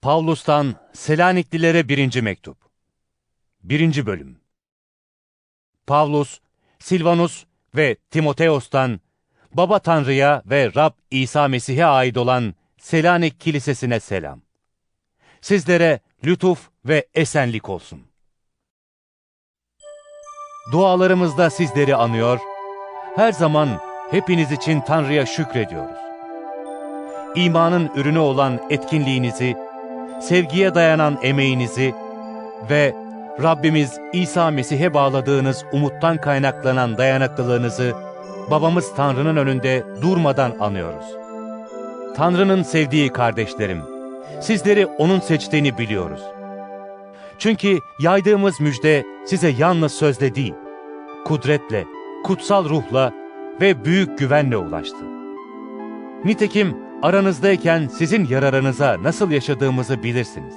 Pavlus'tan Selaniklilere 1. Mektup 1. Bölüm. Pavlus, Silvanus ve Timoteos'tan Baba Tanrı'ya ve Rab İsa Mesih'e ait olan Selanik Kilisesi'ne selam. Sizlere lütuf ve esenlik olsun. Dualarımızda sizleri anıyor, her zaman hepiniz için Tanrı'ya şükrediyoruz. İmanın ürünü olan etkinliğinizi, sevgiye dayanan emeğinizi ve Rabbimiz İsa Mesih'e bağladığınız umuttan kaynaklanan dayanıklılığınızı babamız Tanrı'nın önünde durmadan anıyoruz. Tanrı'nın sevdiği kardeşlerim, sizleri O'nun seçtiğini biliyoruz. Çünkü yaydığımız müjde size yalnız sözle değil, kudretle, kutsal ruhla ve büyük güvenle ulaştı. Nitekim aranızdayken sizin yararınıza nasıl yaşadığımızı bilirsiniz.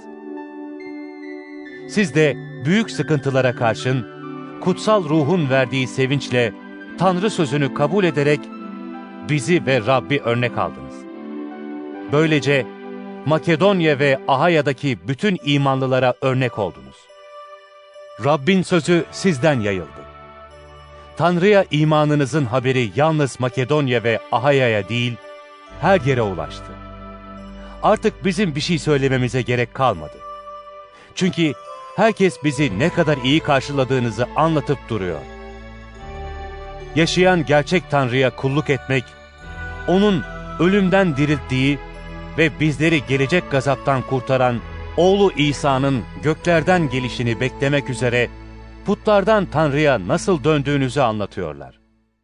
Siz de büyük sıkıntılara karşın, kutsal ruhun verdiği sevinçle Tanrı sözünü kabul ederek bizi ve Rabbi örnek aldınız. Böylece Makedonya ve Ahaya'daki bütün imanlılara örnek oldunuz. Rabbin sözü sizden yayıldı. Tanrı'ya imanınızın haberi yalnız Makedonya ve Ahaya'ya değil, her yere ulaştı. Artık bizim bir şey söylememize gerek kalmadı. Çünkü herkes bizi ne kadar iyi karşıladığınızı anlatıp duruyor. Yaşayan gerçek Tanrı'ya kulluk etmek, O'nun ölümden dirilttiği ve bizleri gelecek gazaptan kurtaran oğlu İsa'nın göklerden gelişini beklemek üzere putlardan Tanrı'ya nasıl döndüğünüzü anlatıyorlar.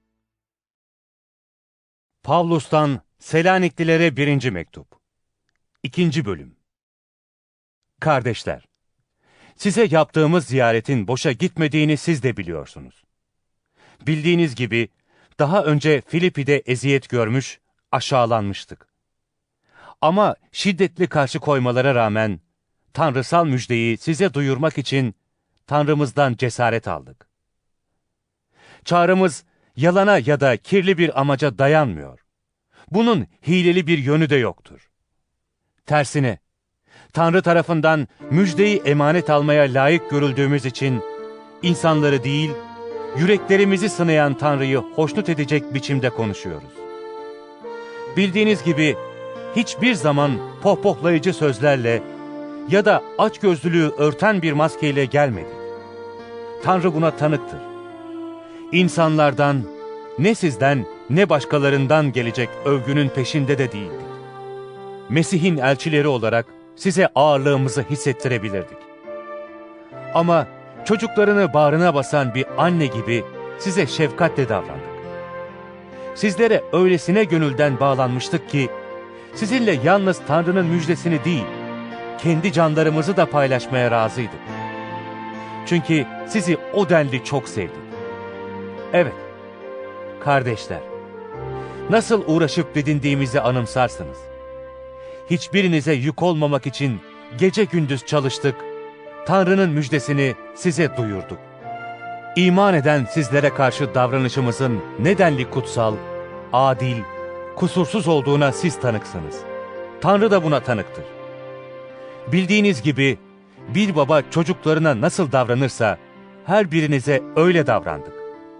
Pavlus'tan Selaniklilere 1. Mektup 2. Bölüm. Kardeşler, size yaptığımız ziyaretin boşa gitmediğini siz de biliyorsunuz. Bildiğiniz gibi daha önce Filipi'de eziyet görmüş, aşağılanmıştık. Ama şiddetli karşı koymalara rağmen tanrısal müjdeyi size duyurmak için Tanrımızdan cesaret aldık. Çağrımız yalana ya da kirli bir amaca dayanmıyor. Bunun hileli bir yönü de yoktur. Tersine, Tanrı tarafından müjdeyi emanet almaya layık görüldüğümüz için insanları değil, yüreklerimizi sınayan Tanrı'yı hoşnut edecek biçimde konuşuyoruz. Bildiğiniz gibi hiçbir zaman pohpohlayıcı sözlerle ya da açgözlülüğü örten bir maskeyle gelmedik. Tanrı buna tanıktır. İnsanlardan, ne sizden ne başkalarından gelecek övgünün peşinde de değildik. Mesih'in elçileri olarak size ağırlığımızı hissettirebilirdik. Ama çocuklarını bağrına basan bir anne gibi size şefkatle davrandık. Sizlere öylesine gönülden bağlanmıştık ki, sizinle yalnız Tanrı'nın müjdesini değil, kendi canlarımızı da paylaşmaya razıydık. Çünkü sizi o denli çok sevdik. Evet, kardeşler, nasıl uğraşıp didindiğimizi anımsarsınız. Hiçbirinize yük olmamak için gece gündüz çalıştık, Tanrı'nın müjdesini size duyurduk. İman eden sizlere karşı davranışımızın nedenli kutsal, adil, kusursuz olduğuna siz tanıksınız. Tanrı da buna tanıktır. Bildiğiniz gibi bir baba çocuklarına nasıl davranırsa her birinize öyle davrandık.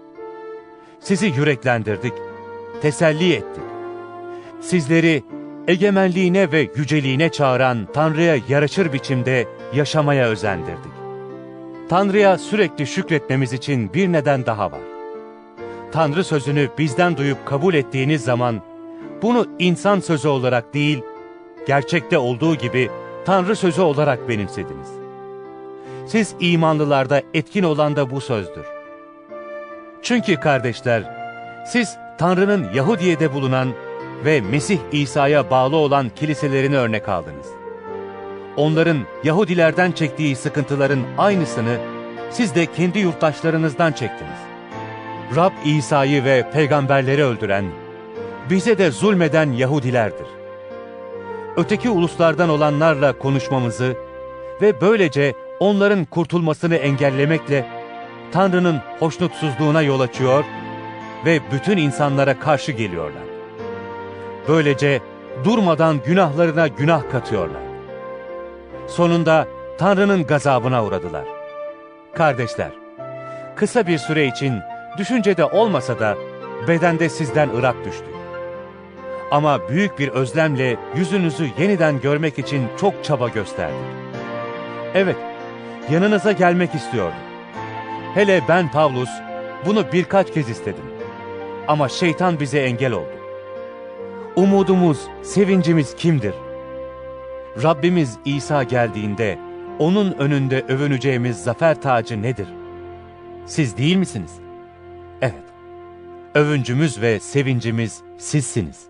Sizi yüreklendirdik, teselli ettik. Sizleri egemenliğine ve yüceliğine çağıran Tanrı'ya yaraşır biçimde yaşamaya özendirdik. Tanrı'ya sürekli şükretmemiz için bir neden daha var. Tanrı sözünü bizden duyup kabul ettiğiniz zaman bunu insan sözü olarak değil, gerçekte olduğu gibi Tanrı sözü olarak benimsediniz. Siz imanlılarda etkin olan da bu sözdür. Çünkü kardeşler, siz Tanrı'nın Yahudiye'de bulunan ve Mesih İsa'ya bağlı olan kiliselerini örnek aldınız. Onların Yahudilerden çektiği sıkıntıların aynısını siz de kendi yurttaşlarınızdan çektiniz. Rab İsa'yı ve peygamberleri öldüren, bize de zulmeden Yahudilerdir. Öteki uluslardan olanlarla konuşmamızı ve böylece onların kurtulmasını engellemekle Tanrı'nın hoşnutsuzluğuna yol açıyor ve bütün insanlara karşı geliyorlar. Böylece durmadan günahlarına günah katıyorlar. Sonunda Tanrı'nın gazabına uğradılar. Kardeşler, kısa bir süre için düşüncede olmasa da bedende sizden ırak düştü. Ama büyük bir özlemle yüzünüzü yeniden görmek için çok çaba gösterdik. Evet, yanınıza gelmek istiyordum. Hele ben Pavlus bunu birkaç kez istedim. Ama şeytan bize engel oldu. Umudumuz, sevincimiz kimdir? Rabbimiz İsa geldiğinde onun önünde övüneceğimiz zafer tacı nedir? Siz değil misiniz? Evet, övüncümüz ve sevincimiz sizsiniz.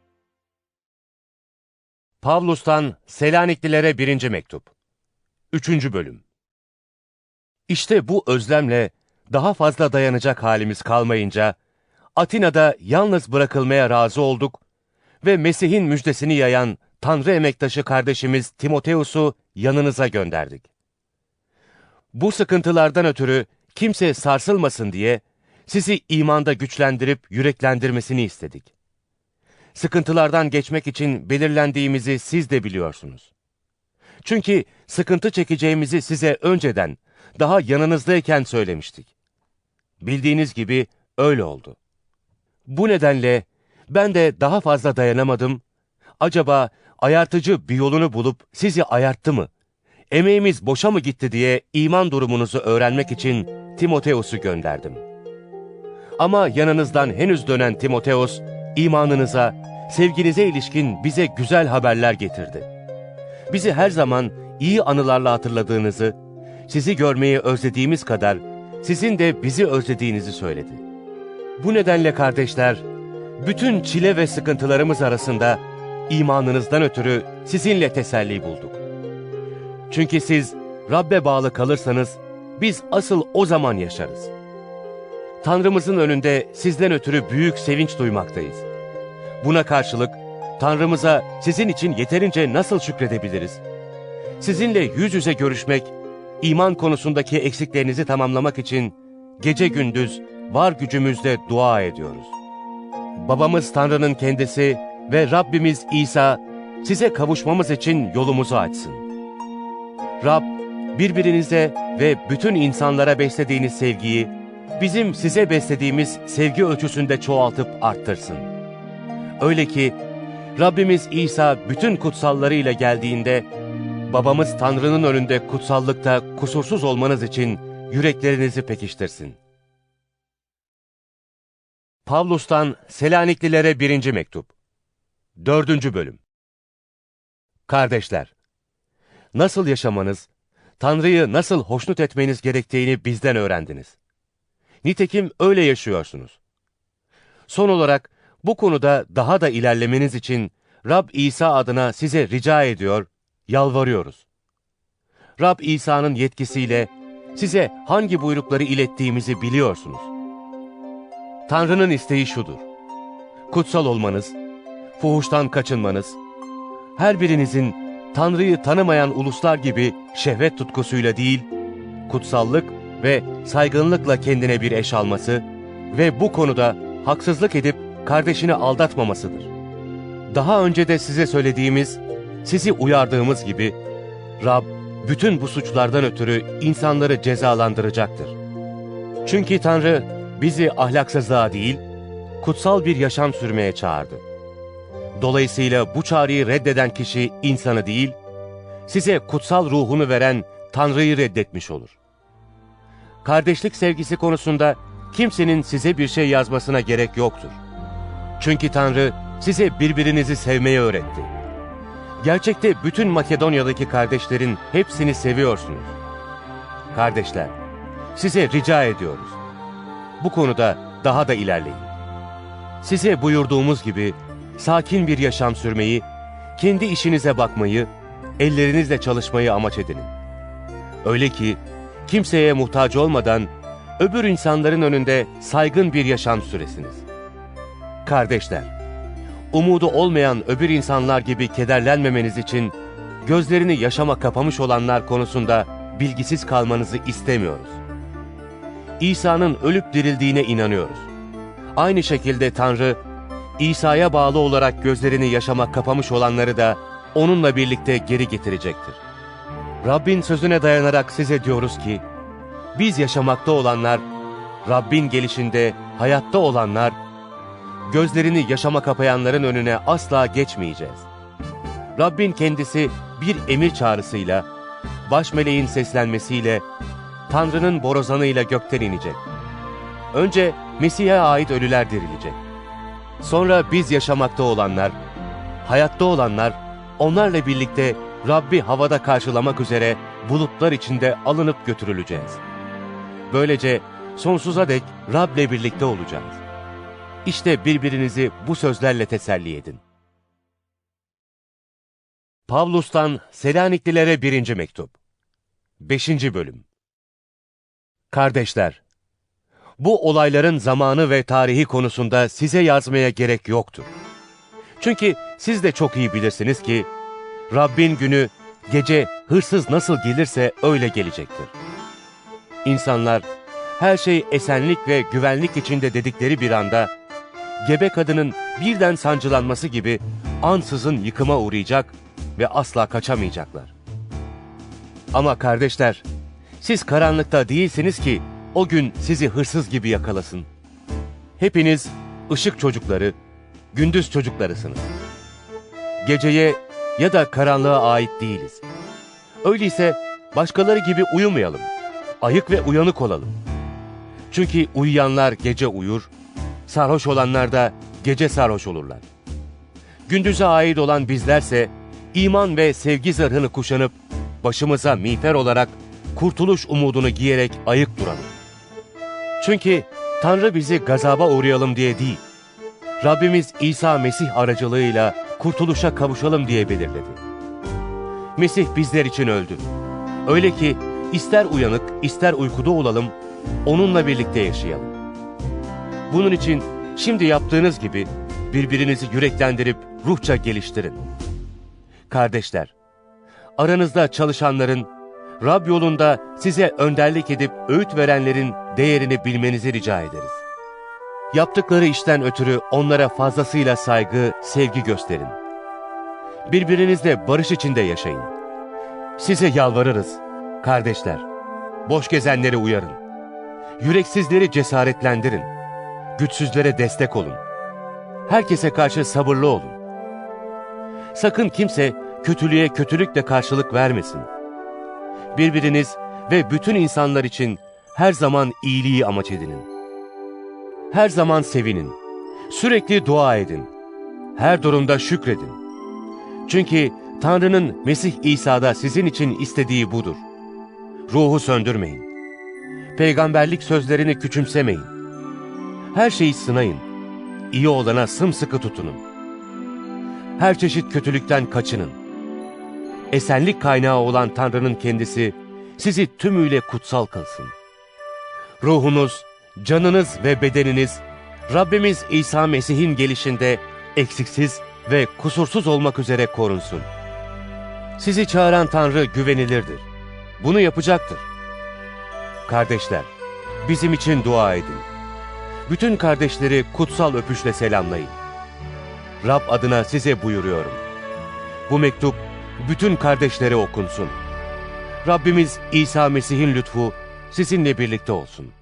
Pavlus'tan Selaniklilere 1. Mektup 3. Bölüm. İşte bu özlemle daha fazla dayanacak halimiz kalmayınca, Atina'da yalnız bırakılmaya razı olduk ve Mesih'in müjdesini yayan Tanrı emektaşı kardeşimiz Timoteus'u yanınıza gönderdik. Bu sıkıntılardan ötürü kimse sarsılmasın diye sizi imanda güçlendirip yüreklendirmesini istedik. Sıkıntılardan geçmek için belirlendiğimizi siz de biliyorsunuz. Çünkü sıkıntı çekeceğimizi size önceden, daha yanınızdayken söylemiştik. Bildiğiniz gibi öyle oldu. Bu nedenle ben de daha fazla dayanamadım. Acaba ayartıcı bir yolunu bulup sizi ayarttı mı? Emeğimiz boşa mı gitti diye iman durumunuzu öğrenmek için Timoteus'u gönderdim. Ama yanınızdan henüz dönen Timoteus, imanınıza, sevginize ilişkin bize güzel haberler getirdi. Bizi her zaman iyi anılarla hatırladığınızı, sizi görmeyi özlediğimiz kadar sizin de bizi özlediğinizi söyledi. Bu nedenle kardeşler, bütün çile ve sıkıntılarımız arasında imanınızdan ötürü sizinle teselli bulduk. Çünkü siz Rabbe bağlı kalırsanız biz asıl o zaman yaşarız. Tanrımızın önünde sizden ötürü büyük sevinç duymaktayız. Buna karşılık Tanrımıza sizin için yeterince nasıl şükredebiliriz? Sizinle yüz yüze görüşmek, iman konusundaki eksiklerinizi tamamlamak için gece gündüz var gücümüzle dua ediyoruz. Babamız Tanrı'nın kendisi ve Rabbimiz İsa size kavuşmamız için yolumuzu açsın. Rab, birbirinize ve bütün insanlara beslediğiniz sevgiyi, bizim size beslediğimiz sevgi ölçüsünde çoğaltıp arttırsın. Öyle ki, Rabbimiz İsa bütün kutsallarıyla geldiğinde, babamız Tanrı'nın önünde kutsallıkta kusursuz olmanız için yüreklerinizi pekiştirsin. Pavlus'tan Selaniklilere 1. Mektup 4. Bölüm. Kardeşler, nasıl yaşamanız, Tanrı'yı nasıl hoşnut etmeniz gerektiğini bizden öğrendiniz. Nitekim öyle yaşıyorsunuz. Son olarak bu konuda daha da ilerlemeniz için Rab İsa adına size rica ediyor, yalvarıyoruz. Rab İsa'nın yetkisiyle size hangi buyrukları ilettiğimizi biliyorsunuz. Tanrı'nın isteği şudur: kutsal olmanız, fuhuştan kaçınmanız, her birinizin Tanrı'yı tanımayan uluslar gibi şehvet tutkusuyla değil, kutsallık ve saygınlıkla kendine bir eş alması ve bu konuda haksızlık edip kardeşini aldatmamasıdır. Daha önce de size söylediğimiz, sizi uyardığımız gibi, Rab bütün bu suçlardan ötürü insanları cezalandıracaktır. Çünkü Tanrı bizi ahlaksızlığa değil, kutsal bir yaşam sürmeye çağırdı. Dolayısıyla bu çağrıyı reddeden kişi insanı değil, size kutsal ruhunu veren Tanrı'yı reddetmiş olur. Kardeşlik sevgisi konusunda kimsenin size bir şey yazmasına gerek yoktur. Çünkü Tanrı size birbirinizi sevmeyi öğretti. Gerçekte bütün Makedonya'daki kardeşlerin hepsini seviyorsunuz. Kardeşler, size rica ediyoruz. Bu konuda daha da ilerleyin. Size buyurduğumuz gibi sakin bir yaşam sürmeyi, kendi işinize bakmayı, ellerinizle çalışmayı amaç edinin. Öyle ki kimseye muhtaç olmadan öbür insanların önünde saygın bir yaşam süresiniz. Kardeşler, umudu olmayan öbür insanlar gibi kederlenmemeniz için gözlerini yaşama kapamış olanlar konusunda bilgisiz kalmanızı istemiyoruz. İsa'nın ölüp dirildiğine inanıyoruz. Aynı şekilde Tanrı, İsa'ya bağlı olarak gözlerini yaşama kapamış olanları da onunla birlikte geri getirecektir. Rabbin sözüne dayanarak size diyoruz ki, biz yaşamakta olanlar, Rabbin gelişinde hayatta olanlar, gözlerini yaşama kapayanların önüne asla geçmeyeceğiz. Rabbin kendisi bir emir çağrısıyla, baş meleğin seslenmesiyle, Tanrı'nın borazanıyla gökten inecek. Önce Mesih'e ait ölüler dirilecek. Sonra biz yaşamakta olanlar, hayatta olanlar, onlarla birlikte Rabbi havada karşılamak üzere bulutlar içinde alınıp götürüleceğiz. Böylece sonsuza dek Rab'le birlikte olacağız. İşte birbirinizi bu sözlerle teselli edin. Pavlus'tan Selaniklilere 1. Mektup 5. Bölüm. Kardeşler, bu olayların zamanı ve tarihi konusunda size yazmaya gerek yoktur. Çünkü siz de çok iyi bilirsiniz ki, Rabbin günü gece hırsız nasıl gelirse öyle gelecektir. İnsanlar, her şey esenlik ve güvenlik içinde dedikleri bir anda, gebe kadının birden sancılanması gibi ansızın yıkıma uğrayacak ve asla kaçamayacaklar. Ama kardeşler, siz karanlıkta değilsiniz ki o gün sizi hırsız gibi yakalasın. Hepiniz ışık çocukları, gündüz çocuklarısınız. Geceye ya da karanlığa ait değiliz. Öyleyse başkaları gibi uyumayalım, ayık ve uyanık olalım. Çünkü uyuyanlar gece uyur, sarhoş olanlar da gece sarhoş olurlar. Gündüze ait olan bizlerse iman ve sevgi zırhını kuşanıp başımıza miğfer olarak kurtuluş umudunu giyerek ayık duralım. Çünkü Tanrı bizi gazaba uğrayalım diye değil, Rabbimiz İsa Mesih aracılığıyla kurtuluşa kavuşalım diye belirledi. Mesih bizler için öldü. Öyle ki ister uyanık ister uykuda olalım, onunla birlikte yaşayalım. Bunun için şimdi yaptığınız gibi birbirinizi yüreklendirip ruhça geliştirin. Kardeşler, aranızda çalışanların, Rab yolunda size önderlik edip öğüt verenlerin değerini bilmenizi rica ederiz. Yaptıkları işten ötürü onlara fazlasıyla saygı, sevgi gösterin. Birbirinizle barış içinde yaşayın. Size yalvarırız, kardeşler, boş gezenleri uyarın. Yüreksizleri cesaretlendirin. Güçsüzlere destek olun. Herkese karşı sabırlı olun. Sakın kimse kötülüğe kötülükle karşılık vermesin. Birbiriniz ve bütün insanlar için her zaman iyiliği amaç edinin. Her zaman sevinin. Sürekli dua edin. Her durumda şükredin. Çünkü Tanrı'nın Mesih İsa'da sizin için istediği budur. Ruhu söndürmeyin. Peygamberlik sözlerini küçümsemeyin. Her şeyi sınayın. İyi olana sımsıkı tutunun. Her çeşit kötülükten kaçının. Esenlik kaynağı olan Tanrı'nın kendisi sizi tümüyle kutsal kılsın. Ruhunuz, canınız ve bedeniniz Rabbimiz İsa Mesih'in gelişinde eksiksiz ve kusursuz olmak üzere korunsun. Sizi çağıran Tanrı güvenilirdir. Bunu yapacaktır. Kardeşler, bizim için dua edin. Bütün kardeşleri kutsal öpüşle selamlayın. Rab adına size buyuruyorum. Bu mektup bütün kardeşlere okunsun. Rabbimiz İsa Mesih'in lütfu sizinle birlikte olsun.